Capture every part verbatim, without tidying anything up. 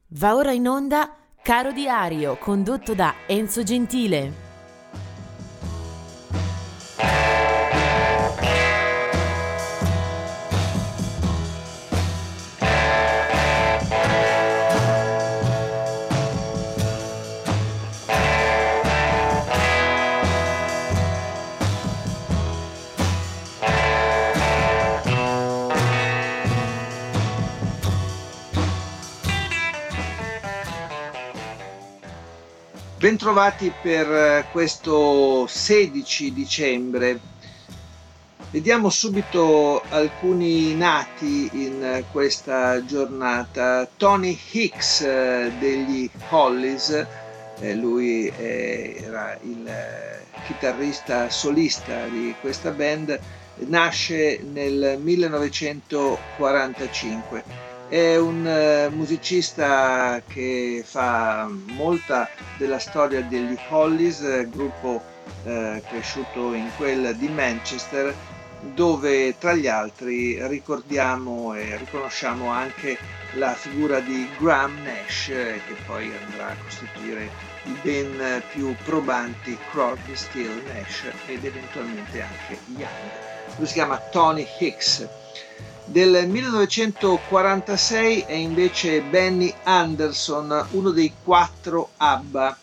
Va ora in onda Caro Diario, condotto da Enzo Gentile. Bentrovati per questo sedici dicembre. Vediamo subito alcuni nati in questa giornata. Tony Hicks degli Hollies, eh, lui eh, era il chitarrista solista di questa band, nasce nel millenovecentoquarantacinque. È un uh, musicista che fa molta della storia degli Hollies, gruppo uh, cresciuto in quella di Manchester, dove tra gli altri ricordiamo e riconosciamo anche la figura di Graham Nash, eh, che poi andrà a costituire i ben più probanti Crosby, Stills, Nash ed eventualmente anche Young. Lui si chiama Tony Hicks. Del millenovecentoquarantasei è invece Benny Andersson, uno dei quattro ABBA,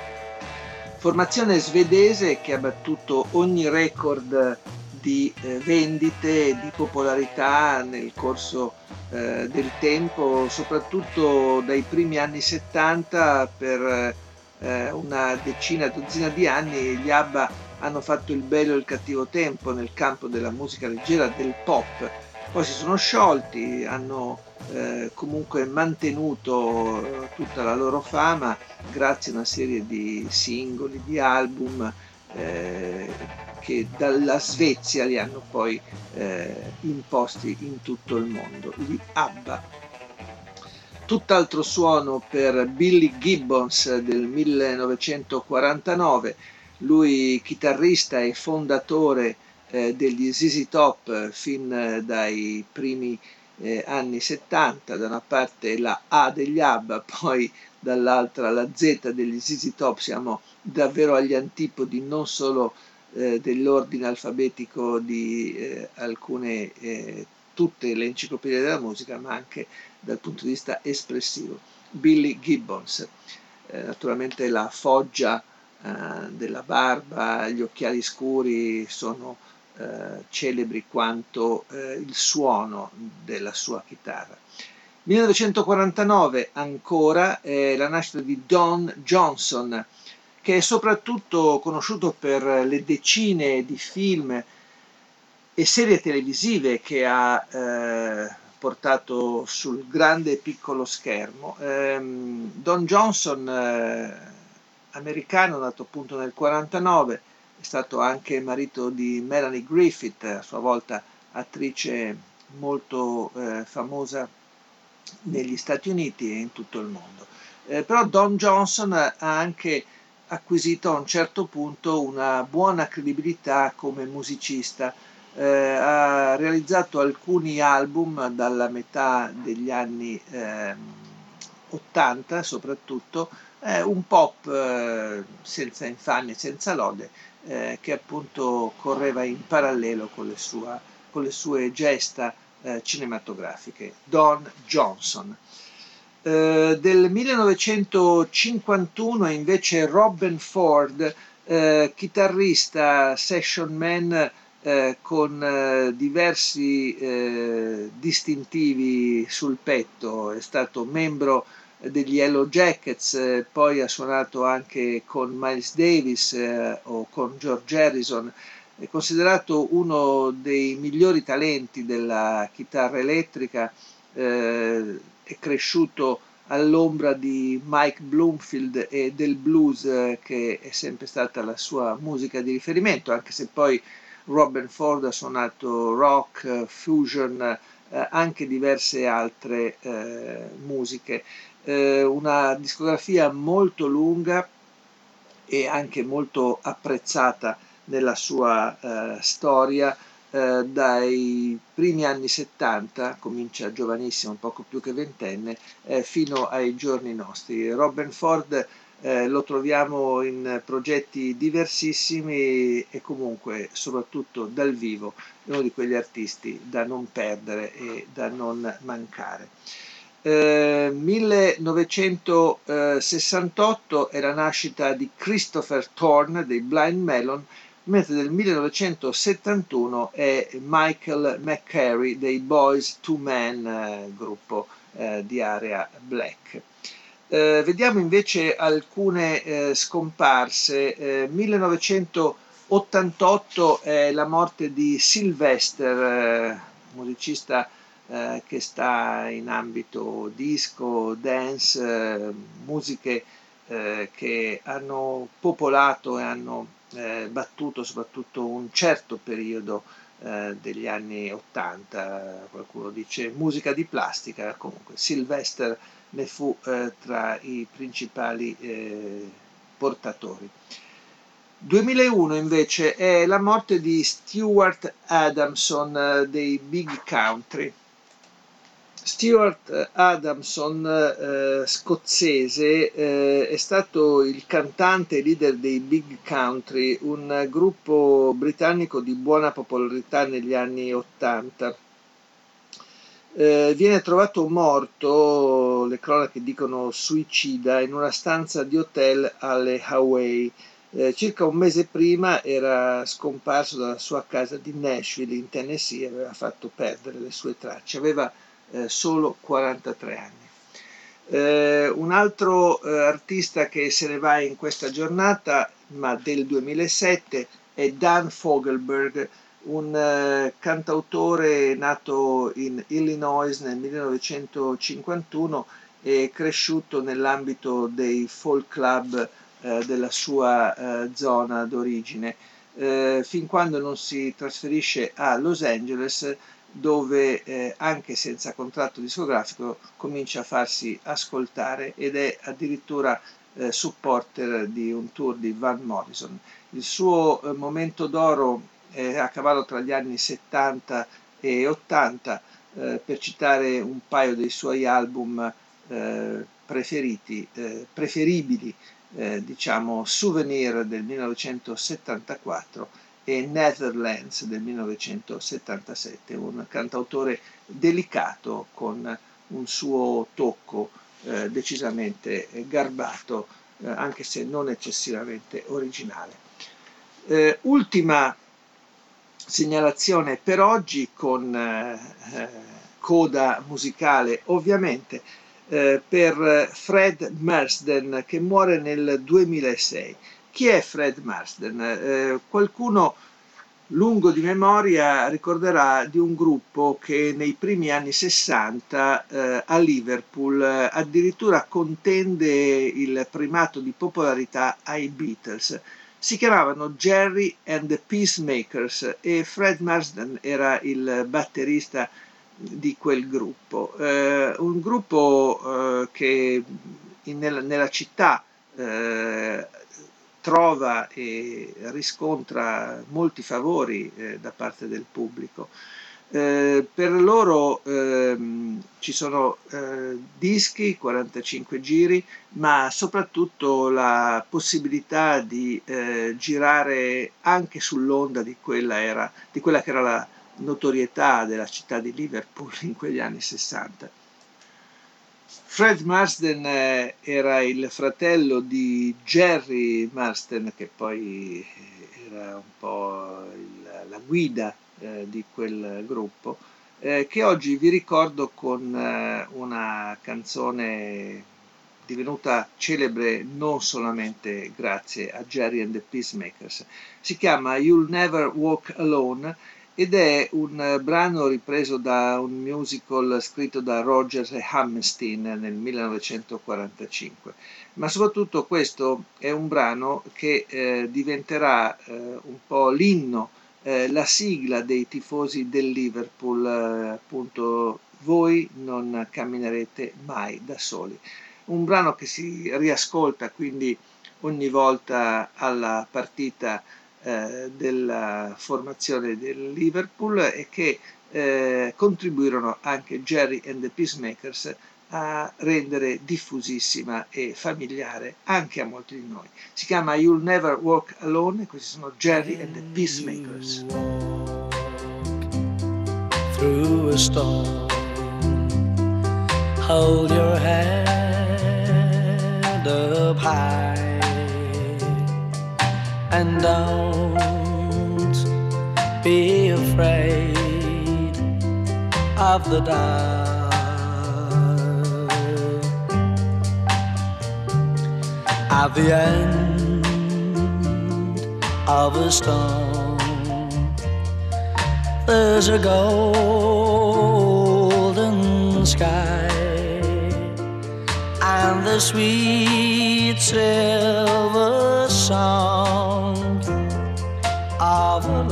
formazione svedese che ha battuto ogni record di eh, vendite e di popolarità nel corso eh, del tempo, soprattutto dai primi anni settanta. Per eh, una decina, dozzina di anni gli ABBA hanno fatto il bello e il cattivo tempo nel campo della musica leggera, del pop. Poi si sono sciolti, hanno eh, comunque mantenuto eh, tutta la loro fama grazie a una serie di singoli, di album eh, che dalla Svezia li hanno poi eh, imposti in tutto il mondo, gli ABBA. Tutt'altro suono per Billy Gibbons del millenovecentoquarantanove, lui chitarrista e fondatore eh, degli Z Z Top fin eh, dai primi eh, anni settanta, da una parte la A degli ABBA, poi dall'altra la Z degli Z Z Top. Siamo davvero agli antipodi non solo eh, dell'ordine alfabetico di eh, alcune, eh, tutte le enciclopedie della musica, ma anche dal punto di vista espressivo. Billy Gibbons, eh, naturalmente la foggia eh, della barba, gli occhiali scuri sono eh, celebri quanto eh, il suono della sua chitarra. millenovecentoquarantanove ancora è la nascita di Don Johnson, che è soprattutto conosciuto per le decine di film e serie televisive che ha eh, portato sul grande e piccolo schermo. Ehm, Don Johnson, eh, americano, nato appunto nel quarantanove, è stato anche marito di Melanie Griffith, a sua volta attrice molto eh, famosa negli Stati Uniti e in tutto il mondo. Eh, però Don Johnson ha anche acquisito a un certo punto una buona credibilità come musicista. Eh, ha realizzato alcuni album dalla metà degli anni eh, ottanta soprattutto, eh, un pop eh, senza infamia, senza lode, eh, che appunto correva in parallelo con le, sua, con le sue gesta eh, cinematografiche. Don Johnson. Eh, del millenovecentocinquantuno invece Robben Ford, eh, chitarrista session man eh, con eh, diversi eh, distintivi sul petto. È stato membro degli Yellow Jackets, eh, poi ha suonato anche con Miles Davis eh, o con George Harrison. È considerato uno dei migliori talenti della chitarra elettrica, eh, è cresciuto all'ombra di Mike Bloomfield e del blues, eh, che è sempre stata la sua musica di riferimento, anche se poi Robben Ford ha suonato rock, fusion, eh, anche diverse altre eh, musiche. Eh, una discografia molto lunga e anche molto apprezzata nella sua eh, storia, eh, dai primi anni settanta, comincia giovanissimo, poco più che ventenne, eh, fino ai giorni nostri. Robben Ford eh, lo troviamo in progetti diversissimi e comunque soprattutto dal vivo è uno di quegli artisti da non perdere e da non mancare. Eh, millenovecentosessantotto è la nascita di Christopher Thorne dei Blind Melon, mentre nel millenovecentosettantuno è Michael McCary dei Boyz two Men, eh, gruppo eh, di area black. Eh, vediamo invece alcune eh, scomparse. Eh, millenovecentottantotto è la morte di Sylvester, eh, musicista eh, che sta in ambito disco, dance, eh, musiche eh, che hanno popolato e hanno eh, battuto soprattutto un certo periodo eh, degli anni ottanta, qualcuno dice musica di plastica, comunque Sylvester ne fu eh, tra i principali eh, portatori. duemilauno invece è la morte di Stuart Adamson eh, dei Big Country. Stuart Adamson, eh, scozzese, eh, è stato il cantante e leader dei Big Country, un gruppo britannico di buona popolarità negli anni ottanta. Eh, viene trovato morto, le cronache dicono suicida, in una stanza di hotel alle Hawaii. Eh, circa un mese prima era scomparso dalla sua casa di Nashville in Tennessee e aveva fatto perdere le sue tracce. Aveva eh, solo quarantatré anni. Eh, un altro eh, artista che se ne va in questa giornata, ma del duemilasette, è Dan Fogelberg, un eh, cantautore nato in Illinois nel millenovecentocinquantuno e cresciuto nell'ambito dei folk club eh, della sua eh, zona d'origine, eh, fin quando non si trasferisce a Los Angeles, dove eh, anche senza contratto discografico comincia a farsi ascoltare ed è addirittura eh, supporter di un tour di Van Morrison. Il suo eh, momento d'oro è a cavallo tra gli anni settanta e ottanta, eh, per citare un paio dei suoi album eh, preferiti, eh, preferibili, eh, diciamo Souvenir del millenovecentosettantaquattro e Netherlands del millenovecentosettantasette, un cantautore delicato con un suo tocco eh, decisamente garbato, eh, anche se non eccessivamente originale. Eh, ultima segnalazione per oggi con eh, coda musicale ovviamente eh, per Fred Marsden, che muore nel duemilasei. Chi è Fred Marsden? Eh, qualcuno lungo di memoria ricorderà di un gruppo che nei primi anni sessanta eh, a Liverpool eh, addirittura contende il primato di popolarità ai Beatles. Si chiamavano Jerry and the Peacemakers e Fred Marsden era il batterista di quel gruppo. Eh, un gruppo eh, che in, nella, nella città eh, trova e riscontra molti favori eh, da parte del pubblico. Eh, per loro ehm, ci sono eh, dischi, quarantacinque giri, ma soprattutto la possibilità di eh, girare anche sull'onda di quella, era, di quella che era la notorietà della città di Liverpool in quegli anni sessanta. Fred Marsden eh, era il fratello di Jerry Marsden, che poi era un po' il, la guida eh, di quel gruppo, eh, che oggi vi ricordo con eh, una canzone divenuta celebre non solamente grazie a Jerry and the Peacemakers. Si chiama You'll Never Walk Alone ed è un brano ripreso da un musical scritto da Rodgers e Hammerstein nel millenovecentoquarantacinque, ma soprattutto questo è un brano che eh, diventerà eh, un po' l'inno, eh, la sigla dei tifosi del Liverpool, eh, appunto voi non camminerete mai da soli. Un brano che si riascolta quindi ogni volta alla partita eh, della formazione del Liverpool e che eh, contribuirono anche Gerry and the Peacemakers a rendere diffusissima e familiare anche a molti di noi. Si chiama You'll Never Walk Alone e questi sono Gerry and the Peacemakers. Through a storm, hold your head up high and don't be afraid of the dark. At the end of a storm, there's a golden sky and the sweet silver song of a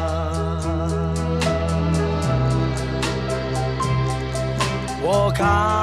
lark. Walk on